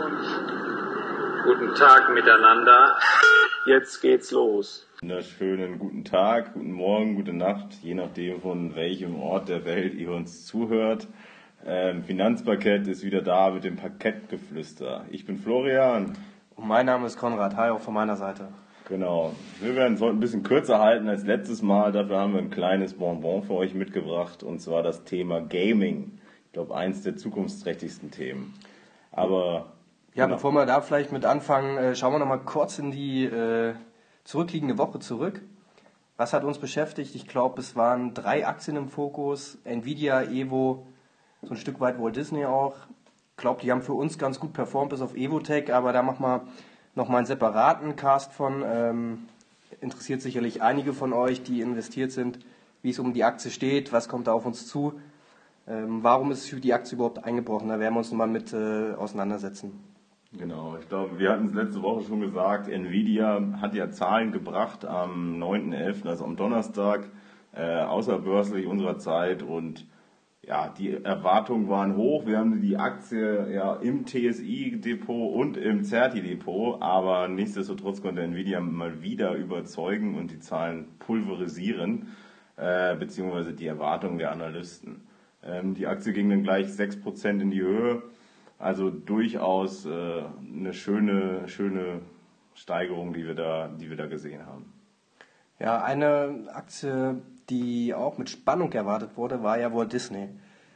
Guten Tag miteinander. Jetzt geht's los. Wunderschönen guten Tag, guten Morgen, gute Nacht, je nachdem von welchem Ort der Welt ihr uns zuhört. Finanzparkett ist wieder da mit dem Parkettgeflüster. Ich bin Florian. Und mein Name ist Konrad. Hi, auch von meiner Seite. Genau. Wir sollten ein bisschen kürzer halten als letztes Mal. Dafür haben wir ein kleines Bonbon für euch mitgebracht. Und zwar das Thema Gaming. Ich glaube, eins der zukunftsträchtigsten Themen. Aber ja, genau. Bevor wir da vielleicht mit anfangen, schauen wir nochmal kurz in die zurückliegende Woche zurück. Was hat uns beschäftigt? Ich glaube, es waren 3 Aktien im Fokus. Nvidia, Evo, so ein Stück weit Walt Disney auch. Ich glaube, die haben für uns ganz gut performt, bis auf Evotech. Aber da machen wir nochmal einen separaten Cast von. Interessiert sicherlich einige von euch, die investiert sind, wie es um die Aktie steht, was kommt da auf uns zu. Warum ist die Aktie überhaupt eingebrochen? Da werden wir uns nochmal mit auseinandersetzen. Genau, ich glaube, wir hatten es letzte Woche schon gesagt, Nvidia hat ja Zahlen gebracht am 9.11., also am Donnerstag, außerbörslich unserer Zeit, und ja, die Erwartungen waren hoch. Wir haben die Aktie ja im TSI-Depot und im Certi-Depot, aber nichtsdestotrotz konnte Nvidia mal wieder überzeugen und die Zahlen pulverisieren, beziehungsweise die Erwartungen der Analysten. Die Aktie ging dann gleich 6% in die Höhe. Also durchaus eine schöne Steigerung, die wir da gesehen haben. Ja, eine Aktie, die auch mit Spannung erwartet wurde, war ja Walt Disney.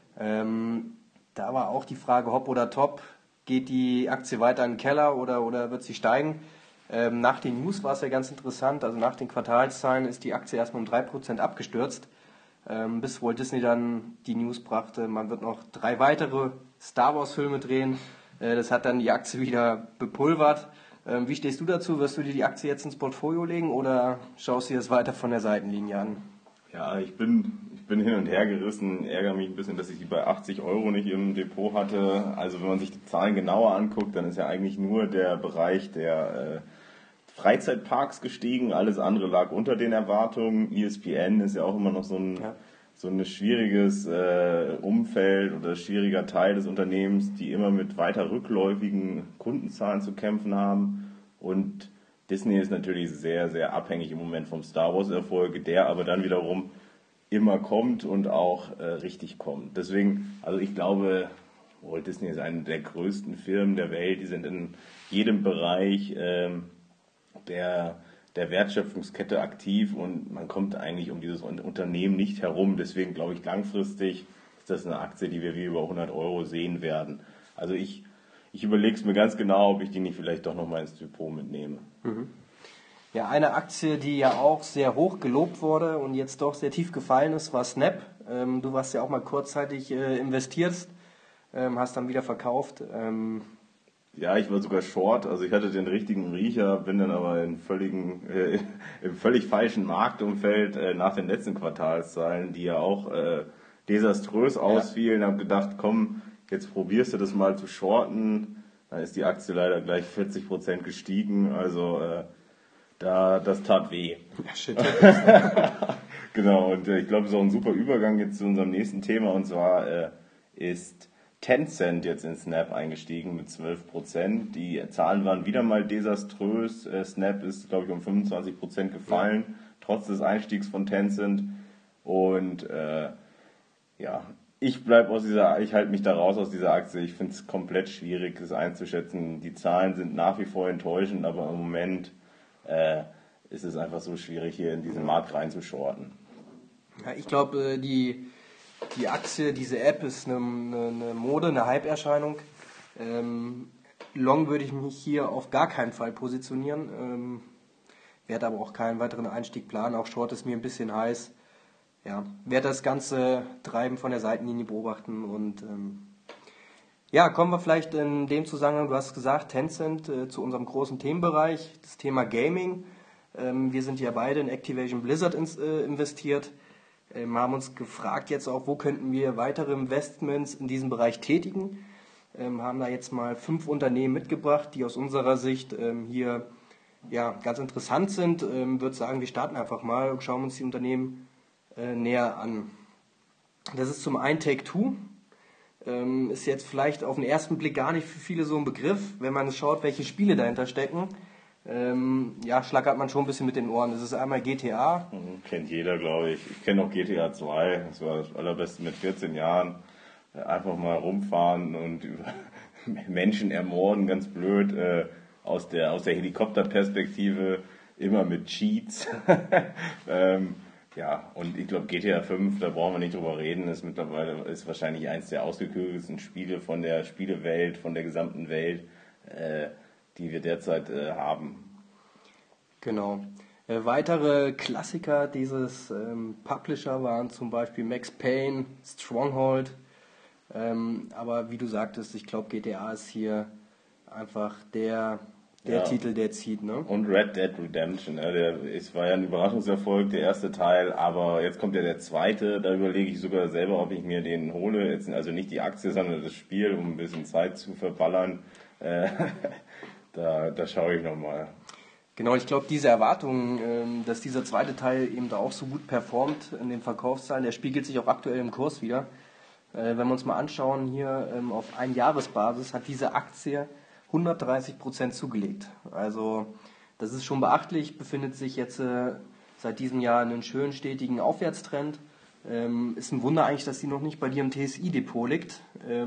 Da war auch die Frage, hopp oder top, geht die Aktie weiter in den Keller oder wird sie steigen? Nach den News war es ja ganz interessant, also nach den Quartalszahlen ist die Aktie erstmal um 3% abgestürzt. Bis Walt Disney dann die News brachte, man wird noch 3 weitere Star Wars Filme drehen. Das hat dann die Aktie wieder bepulvert. Wie stehst du dazu? Wirst du dir die Aktie jetzt ins Portfolio legen oder schaust du dir das weiter von der Seitenlinie an? Ja, ich bin hin und her gerissen, ärgere mich ein bisschen, dass ich die bei 80 Euro nicht im Depot hatte. Also wenn man sich die Zahlen genauer anguckt, dann ist ja eigentlich nur der Bereich der Freizeitparks gestiegen, alles andere lag unter den Erwartungen. ESPN ist ja auch immer noch so ein schwieriges Umfeld oder schwieriger Teil des Unternehmens, die immer mit weiter rückläufigen Kundenzahlen zu kämpfen haben. Und Disney ist natürlich sehr, sehr abhängig im Moment vom Star Wars Erfolg, der aber dann wiederum immer kommt und auch richtig kommt. Deswegen, also ich glaube, Walt Disney ist eine der größten Firmen der Welt, die sind in jedem Bereich der Wertschöpfungskette aktiv und man kommt eigentlich um dieses Unternehmen nicht herum. Deswegen glaube ich, langfristig ist das eine Aktie, die wir wie über 100 Euro sehen werden. Also ich überlege es mir ganz genau, ob ich die nicht vielleicht doch nochmal ins Depot mitnehme. Ja, eine Aktie, die ja auch sehr hoch gelobt wurde und jetzt doch sehr tief gefallen ist, war Snap. Du warst ja auch mal kurzzeitig investiert, hast dann wieder verkauft. Ja, ich war sogar short, also ich hatte den richtigen Riecher, bin dann aber im völlig falschen Marktumfeld nach den letzten Quartalszahlen, die ja auch desaströs ausfielen, habe gedacht, komm, jetzt probierst du das mal zu shorten. Dann ist die Aktie leider gleich 40% gestiegen, also das tat weh. Ja, shit. Genau, und ich glaube, es ist auch ein super Übergang jetzt zu unserem nächsten Thema, und zwar ist Tencent jetzt in Snap eingestiegen mit 12%. Die Zahlen waren wieder mal desaströs. Snap ist, glaube ich, um 25% gefallen, trotz des Einstiegs von Tencent. Und ich halte mich da raus aus dieser Aktie. Ich finde es komplett schwierig, das einzuschätzen. Die Zahlen sind nach wie vor enttäuschend, aber im Moment ist es einfach so schwierig, hier in diesen Markt reinzushorten. Ja, ich glaube, die Aktie, diese App ist eine Mode, eine Hype-Erscheinung. Long würde ich mich hier auf gar keinen Fall positionieren. Werde aber auch keinen weiteren Einstieg planen. Auch Short ist mir ein bisschen heiß. Ja, werde das ganze Treiben von der Seitenlinie beobachten. Und kommen wir vielleicht in dem Zusammenhang, du hast gesagt, Tencent, zu unserem großen Themenbereich, das Thema Gaming. Wir sind ja beide in Activision Blizzard investiert. Haben uns gefragt jetzt auch, wo könnten wir weitere Investments in diesem Bereich tätigen. Haben da jetzt mal 5 Unternehmen mitgebracht, die aus unserer Sicht hier ganz interessant sind. Würde sagen, wir starten einfach mal und schauen uns die Unternehmen näher an. Das ist zum einen Take-Two. Ist jetzt vielleicht auf den ersten Blick gar nicht für viele so ein Begriff. Wenn man schaut, welche Spiele dahinter stecken, schlackert man schon ein bisschen mit den Ohren. Das ist einmal GTA. Kennt jeder, glaube ich. Ich kenne auch GTA 2. Das war das allerbeste mit 14 Jahren. Einfach mal rumfahren und Menschen ermorden, ganz blöd, aus der Helikopterperspektive, immer mit Cheats. Und ich glaube GTA 5, da brauchen wir nicht drüber reden, ist wahrscheinlich eins der ausgeklügelsten Spiele von der Spielewelt, von der gesamten Welt, die wir derzeit haben. Genau. Weitere Klassiker dieses Publisher waren zum Beispiel Max Payne, Stronghold. Aber wie du sagtest, ich glaube GTA ist hier einfach der Titel, der zieht. Ne? Und Red Dead Redemption, es war ja ein Überraschungserfolg, der erste Teil, aber jetzt kommt ja der zweite, da überlege ich sogar selber, ob ich mir den hole, jetzt, also nicht die Aktie, sondern das Spiel, um ein bisschen Zeit zu verballern. Da schaue ich nochmal. Genau, ich glaube, diese Erwartung, dass dieser zweite Teil eben da auch so gut performt in den Verkaufszahlen, der spiegelt sich auch aktuell im Kurs wieder. Wenn wir uns mal anschauen, hier auf Einjahresbasis hat diese Aktie 130% zugelegt. Also das ist schon beachtlich, befindet sich jetzt seit diesem Jahr in einem schönen stetigen Aufwärtstrend. Ist ein Wunder eigentlich, dass die noch nicht bei dir im TSI-Depot liegt.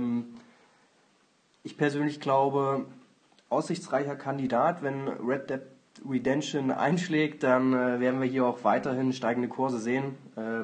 Ich persönlich glaube, aussichtsreicher Kandidat, wenn Red Dead Redemption einschlägt, dann werden wir hier auch weiterhin steigende Kurse sehen.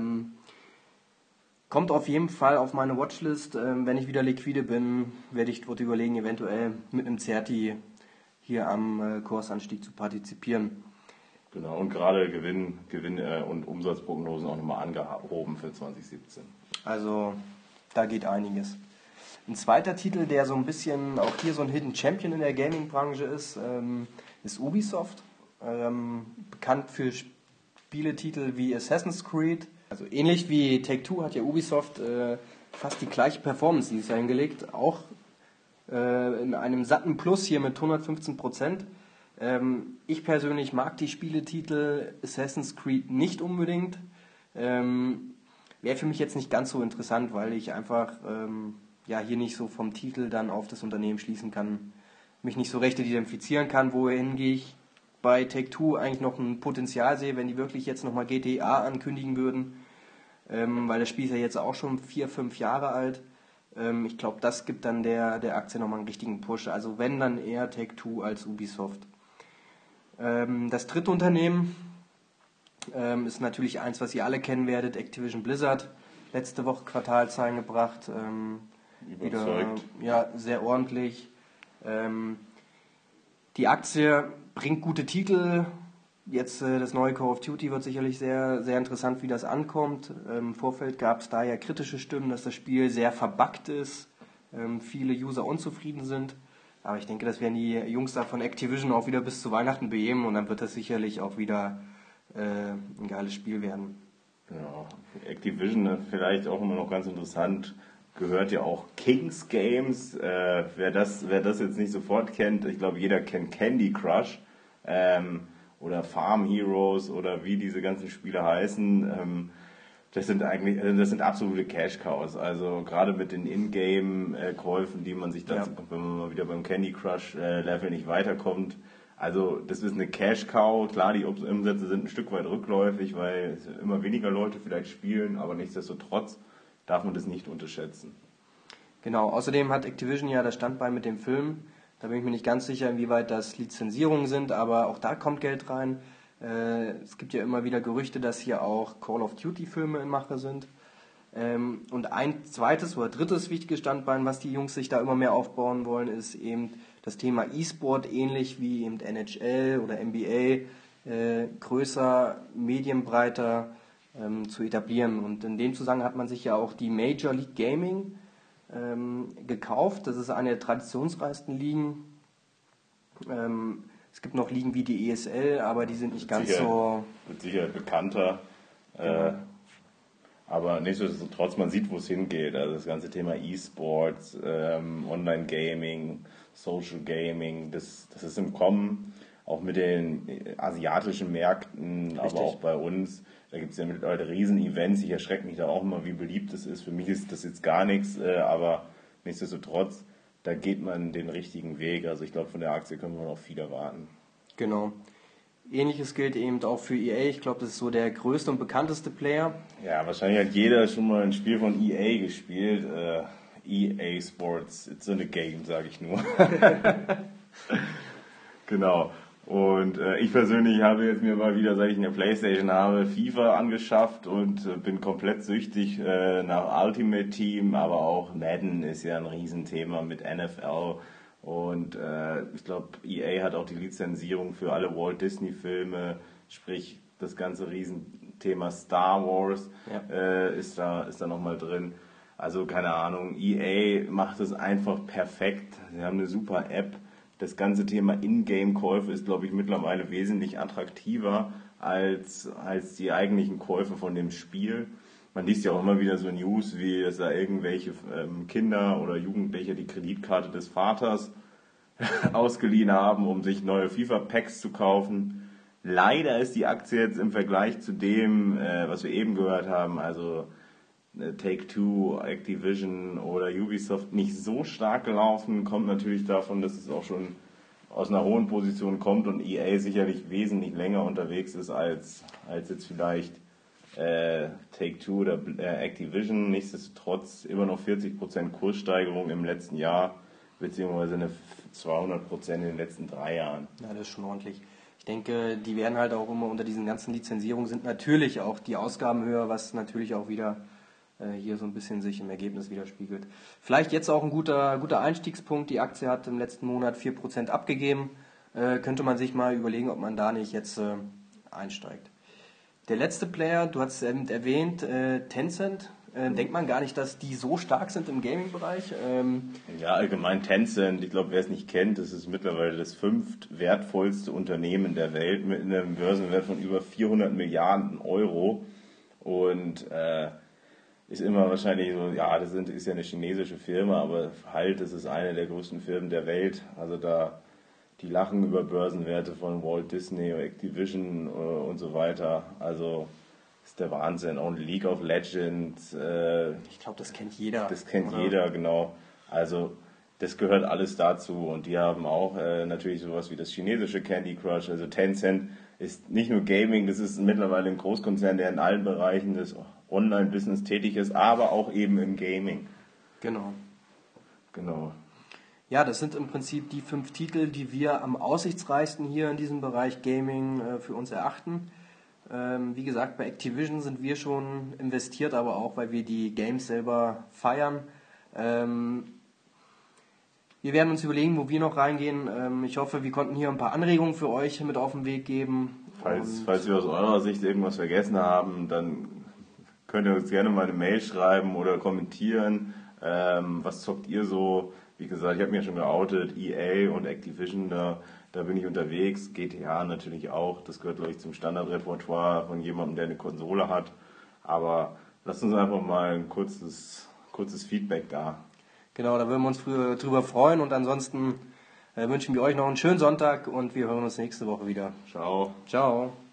Kommt auf jeden Fall auf meine Watchlist. Wenn ich wieder liquide bin, werde ich dort überlegen, eventuell mit einem Certi hier am Kursanstieg zu partizipieren. Genau, und gerade Gewinn und Umsatzprognosen auch nochmal angehoben für 2017. Also da geht einiges. Ein zweiter Titel, der so ein bisschen auch hier so ein Hidden Champion in der Gaming-Branche ist Ubisoft. Bekannt für Spieletitel wie Assassin's Creed. Also ähnlich wie Take-Two hat ja Ubisoft fast die gleiche Performance dieses Jahr hingelegt. Auch in einem satten Plus hier mit 115%. Ich persönlich mag die Spieletitel Assassin's Creed nicht unbedingt. Wäre für mich jetzt nicht ganz so interessant, weil ich einfach hier nicht so vom Titel dann auf das Unternehmen schließen kann, mich nicht so recht identifizieren kann, wohin gehe ich bei Take-Two eigentlich noch ein Potenzial sehe, wenn die wirklich jetzt nochmal GTA ankündigen würden, weil das Spiel ist ja jetzt auch schon 4-5 Jahre alt. Ich glaube, das gibt dann der Aktie nochmal einen richtigen Push. Also wenn, dann eher Take-Two als Ubisoft. Das dritte Unternehmen ist natürlich eins, was ihr alle kennen werdet, Activision Blizzard. Letzte Woche Quartalzahlen gebracht. Überzeugt. Wieder, sehr ordentlich. Die Aktie bringt gute Titel. Jetzt das neue Call of Duty wird sicherlich sehr, sehr interessant, wie das ankommt. Im Vorfeld gab es da ja kritische Stimmen, dass das Spiel sehr verbuggt ist, viele User unzufrieden sind. Aber ich denke, das werden die Jungs da von Activision auch wieder bis zu Weihnachten beheben und dann wird das sicherlich auch wieder ein geiles Spiel werden. Ja, Activision vielleicht auch immer noch ganz interessant. Gehört ja auch Kings Games. Wer das jetzt nicht sofort kennt, ich glaube, jeder kennt Candy Crush oder Farm Heroes oder wie diese ganzen Spiele heißen. Das sind absolute Cash Cows. Also gerade mit den Ingame-Käufen, die man sich dann, wenn man mal wieder beim Candy Crush Level nicht weiterkommt. Also das ist eine Cash Cow. Klar, die Umsätze sind ein Stück weit rückläufig, weil immer weniger Leute vielleicht spielen, aber nichtsdestotrotz darf man das nicht unterschätzen. Genau, außerdem hat Activision ja das Standbein mit dem Film. Da bin ich mir nicht ganz sicher, inwieweit das Lizenzierungen sind, aber auch da kommt Geld rein. Es gibt ja immer wieder Gerüchte, dass hier auch Call of Duty Filme in Mache sind. Und ein zweites oder drittes wichtiges Standbein, was die Jungs sich da immer mehr aufbauen wollen, ist eben das Thema E-Sport, ähnlich wie eben NHL oder NBA, größer, medienbreiter zu etablieren. Und in dem Zusammenhang hat man sich ja auch die Major League Gaming gekauft. Das ist eine der traditionsreichsten Ligen. Es gibt noch Ligen wie die ESL, aber die sind nicht ganz so... Mit Sicherheit bekannter. Genau. Aber nichtsdestotrotz, man sieht, wo es hingeht. Also das ganze Thema E-Sports, Online-Gaming, Social Gaming, das ist im Kommen. Auch mit den asiatischen Märkten, richtig, aber auch bei uns. Da gibt es ja mittlerweile Riesen-Events. Ich erschrecke mich da auch immer, wie beliebt es ist. Für mich ist das jetzt gar nichts, aber Nichtsdestotrotz, da geht man den richtigen Weg. Also ich glaube, von der Aktie können wir noch viel erwarten. Genau. Ähnliches gilt eben auch für EA. Ich glaube, das ist so der größte und bekannteste Player. Ja, wahrscheinlich hat jeder schon mal ein Spiel von EA gespielt. EA Sports, it's in a game, sage ich nur. Genau. Und ich persönlich habe jetzt mir mal wieder, seit ich eine Playstation habe, FIFA angeschafft und bin komplett süchtig nach Ultimate Team, aber auch Madden ist ja ein Riesenthema mit NFL. Und ich glaube, EA hat auch die Lizenzierung für alle Walt Disney Filme, sprich das ganze Riesenthema Star Wars ist da nochmal drin. Also keine Ahnung, EA macht es einfach perfekt. Sie haben eine super App. Das ganze Thema Ingame-Käufe ist, glaube ich, mittlerweile wesentlich attraktiver als die eigentlichen Käufe von dem Spiel. Man liest ja auch immer wieder so News, wie dass da irgendwelche Kinder oder Jugendliche die Kreditkarte des Vaters ausgeliehen haben, um sich neue FIFA-Packs zu kaufen. Leider ist die Aktie jetzt im Vergleich zu dem, was wir eben gehört haben, also Take-Two, Activision oder Ubisoft nicht so stark gelaufen, kommt natürlich davon, dass es auch schon aus einer hohen Position kommt und EA sicherlich wesentlich länger unterwegs ist als jetzt vielleicht Take-Two oder Activision. Nichtsdestotrotz immer noch 40% Kurssteigerung im letzten Jahr, beziehungsweise eine 200% in den letzten 3 Jahren. Ja, das ist schon ordentlich. Ich denke, die werden halt auch immer unter diesen ganzen Lizenzierungen sind natürlich auch die Ausgaben höher, was natürlich auch wieder hier so ein bisschen sich im Ergebnis widerspiegelt. Vielleicht jetzt auch ein guter Einstiegspunkt. Die Aktie hat im letzten Monat 4% abgegeben. Könnte man sich mal überlegen, ob man da nicht jetzt einsteigt. Der letzte Player, du hast es erwähnt, Tencent. Denkt man gar nicht, dass die so stark sind im Gaming-Bereich? Ja, allgemein Tencent, ich glaube, wer es nicht kennt, das ist mittlerweile das 5. wertvollste Unternehmen der Welt mit einem Börsenwert von über 400 Milliarden Euro. Und ist immer wahrscheinlich so, ja, ist ja eine chinesische Firma, aber halt, es ist eine der größten Firmen der Welt. Also die lachen über Börsenwerte von Walt Disney, Activision und so weiter. Also ist der Wahnsinn. Und League of Legends. Ich glaube, das kennt jeder. Das kennt jeder, genau. Also das gehört alles dazu. Und die haben auch natürlich sowas wie das chinesische Candy Crush. Also Tencent ist nicht nur Gaming, das ist mittlerweile ein Großkonzern, der in allen Bereichen des Online-Business tätig ist, aber auch eben im Gaming. Genau. Genau. Ja, das sind im Prinzip die 5 Titel, die wir am aussichtsreichsten hier in diesem Bereich Gaming für uns erachten. Wie gesagt, bei Activision sind wir schon investiert, aber auch, weil wir die Games selber feiern. Wir werden uns überlegen, wo wir noch reingehen. Ich hoffe, wir konnten hier ein paar Anregungen für euch mit auf den Weg geben. Falls wir aus eurer Sicht irgendwas vergessen haben, dann könnt ihr uns gerne mal eine Mail schreiben oder kommentieren. Was zockt ihr so? Wie gesagt, ich habe mir schon geoutet, EA und Activision, da bin ich unterwegs. GTA natürlich auch, das gehört, glaube ich, zum Standardrepertoire von jemandem, der eine Konsole hat. Aber lasst uns einfach mal ein kurzes Feedback da. Genau, da würden wir uns drüber freuen und ansonsten wünschen wir euch noch einen schönen Sonntag und wir hören uns nächste Woche wieder. Ciao. Ciao.